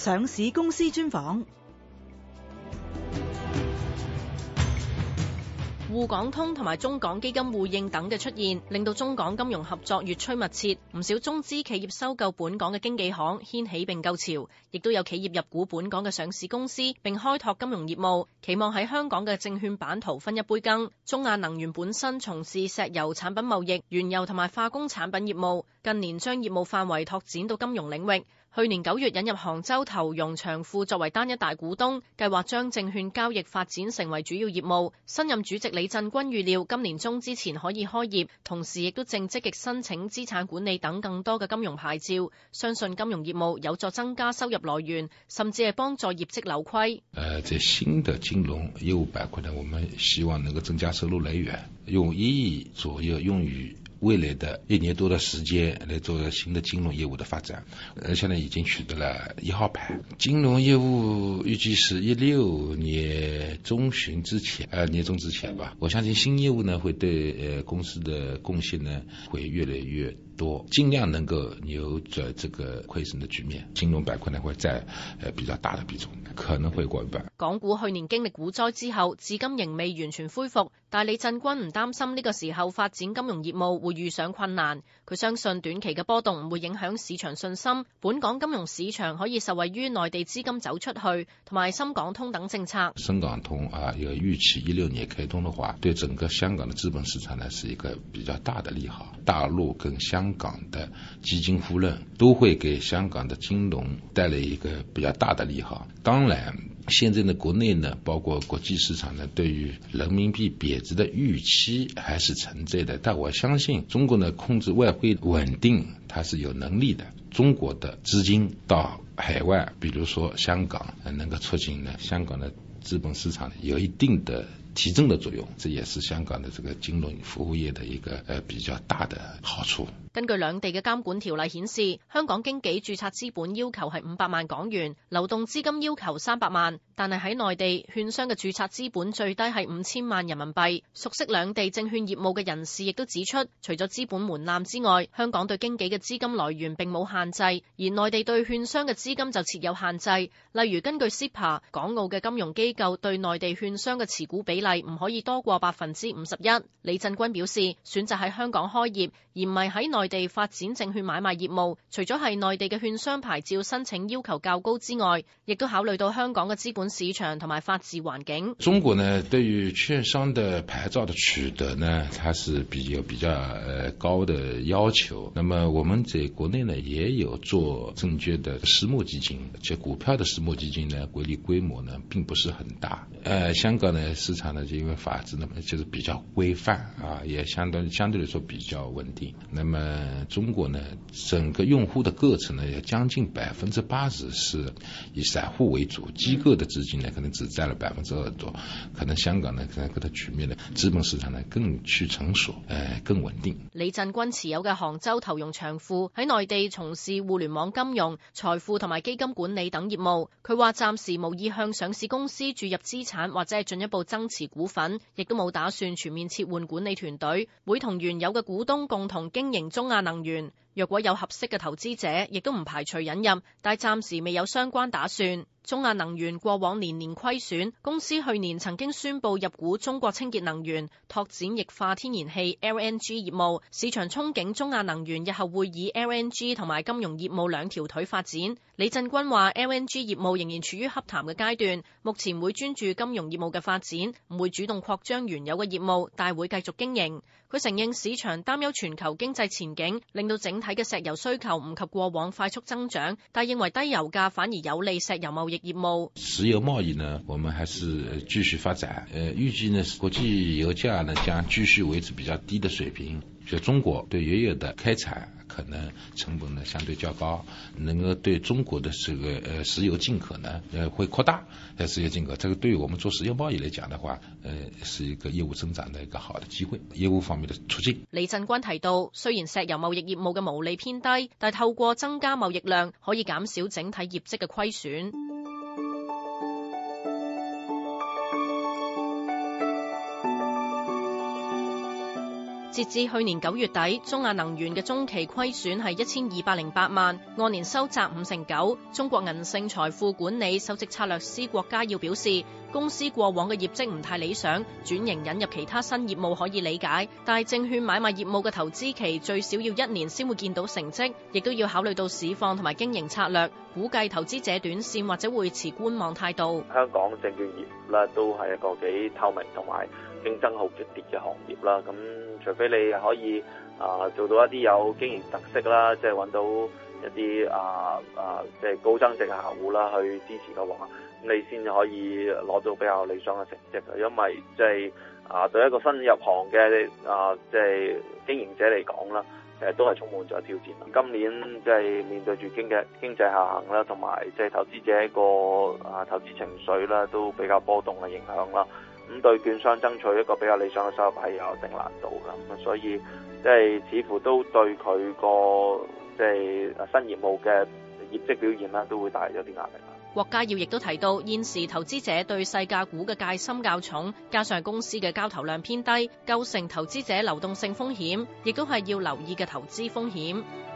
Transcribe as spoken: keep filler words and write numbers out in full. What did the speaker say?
上市公司專訪。 滬港通同埋中港基金互認等嘅出現，令到中港金融合作越趨密切。唔少中資企業收購本港嘅經紀行，掀起併購潮，亦都有企業入股本港嘅上市公司，並開拓金融業務，期望喺香港嘅證券版圖分一杯羹。中亞能源本身從事石油產品貿易、原油同埋化工產品業務，近年將業務範圍拓展到金融領域。去年九月引入杭州投融長富作為單一大股東，計劃將證券交易發展成為主要業務。新任主席李鎮軍預料今年中之前可以開業，同時亦都正積極申請資產管理等更多嘅金融牌照，相信金融業務有助增加收入來源，甚至係幫助業績扭虧。 呃，在新的金融業務板塊呢，我們希望能夠增加收入來源，用一億左右用於未來的一年多的時間來做新的金融業務的發展，而且呢已經取得了一號牌。金融業務預計是一六年中旬之前，呃年中之前吧。我相信新業務呢會對呃公司的貢獻呢會越來越多，盡量能夠扭轉這個虧損的局面。金融板塊呢會佔呃比較大的比重，可能會過一半。 港股去年經歷股災之後，至今仍未完全恢復，但李鎮軍唔擔心呢個時候發展金融業務會遇上困難。佢相信短期嘅波動唔會影響市場信心，本港金融市場可以受惠於內地資金走出去同埋深港通等政策。 深港通啊，有預期一六年開通的話，對整個香港的資本市場呢是一個比較大的利好。大陸跟香港的基金互認都會給香港的金融帶來一個比較大的利好。當然現在的國內呢，包括國際市場呢，對於人民幣貶值的預期還是存在的，但我相信中國呢控制外匯穩定，它是有能力的。中國的資金到海外，比如說香港，能夠促進呢香港的資本市場有一定的提振的作用，這也是香港的這個金融服務業的一個呃比較大的好處。 根據兩地嘅監管條例顯示，香港經紀註冊資本要求係五百萬港元，流動資金要求三百萬，但係喺內地，券商嘅註冊資本最低係五千萬人民幣。熟悉兩地證券業務嘅人士亦都指出，除咗資本門檻之外，香港對經紀嘅資金來源並冇限制，而內地對券商嘅資金就設有限制。例如根據 S I P A， 港澳嘅金融機構對內地券商嘅持股比例唔可以多過百分之五十一。李鎮軍表示，選擇喺香港開業，而唔係喺內地發展證券買賣業務，除咗係內地嘅券商牌照申請要求較高之外，亦都考慮到香港嘅資本市場同埋法治環境。 中國呢對於券商的牌照的取得呢，它是比較比較呃高的要求。那麼我們在國內呢也有做證券的私募基金，且股票的私募基金呢規律規模呢並不是很大。呃，香港呢市場呢就因為法治呢就是比較規範啊，也相對相對來說比較穩定。那麼中國呢整個用戶的構成呢，有將近百分之八十是以散戶為主，機構的資金呢可能只佔了百分之二多。可能香港呢可能個局面呢資本市場呢更趨成熟，呃更穩定。 李鎮軍持有嘅杭州投融長富喺內地從事互聯網金融、財富同埋基金管理等業務。佢話暫時無意向上市公司注入資產或者係進一步增持股份，亦都冇打算全面撤換管理團隊，會同原有嘅股東共同經營中亞能源。若果有合適嘅投資者，亦都唔排除引入，但暫時未有相關打算。中亞能源過往年年虧損，公司去年曾經宣布入股中國清潔能源，拓展液化天然氣 L N G 業務。市場憧憬中亞能源日後會以 L N G 同埋金融業務兩條腿發展。李鎮軍話 L N G 業務仍然處於洽談嘅階段，目前會專注金融業務嘅發展，唔會主動擴張原有嘅業務，但會繼續經營。佢承認市場擔憂全球經濟前景，令到整體嘅石油需求唔及過往快速增長，但認為低油價反而有利石油貿易業務。 石油貿易呢，我們還是繼續發展。呃，預計呢，國際油價呢將繼續維持比較低的水平。就中國對原油的開採可能成本呢相對較高，能夠對中國的這個呃石油進口呢呃會擴大呃石油進口，這個對於我們做石油貿易來講的話，呃是一個業務增長的一個好的機會，業務方面的促進。 李鎮軍提到，雖然石油貿易業務嘅毛利偏低，但透過增加貿易量可以減少整體業績嘅虧損。 截至去年九月底，中亞能源嘅中期虧損係一千二百零八萬，按年收窄五成九。中國銀盛財富管理首席策略師郭家耀表示，公司過往嘅業績唔太理想，轉型引入其他新業務可以理解，但係證券買賣業務嘅投資期最少要一年先會見到成績，亦都要考慮到市況同埋經營策略，估計投資者短線或者會持觀望態度。 香港證券業咧都係一個幾透明同埋競爭好激烈嘅行業啦，咁除非你可以啊、呃、做到一啲有經營特色啦，即係揾到一啲啊啊即係高增值嘅客戶啦去支持嘅話，咁你先可以攞到比較理想嘅成績嘅。因為即係啊對一個新入行嘅啊即係經營者嚟講啦，其實都係充滿咗挑戰。今年即係面對住經濟經濟下行啦，同埋即係投資者個啊投資情緒啦都比較波動嘅影響啦。咁對券商爭取一個比較理想嘅收入係有一定難度嘅，咁所以即係似乎都對佢個即係新業務嘅業績表現啦，都會帶咗啲壓力。 郭家耀亦都提到，現時投資者對細價股嘅戒心較重，加上公司嘅交投量偏低，構成投資者流動性風險，亦都係要留意嘅投資風險。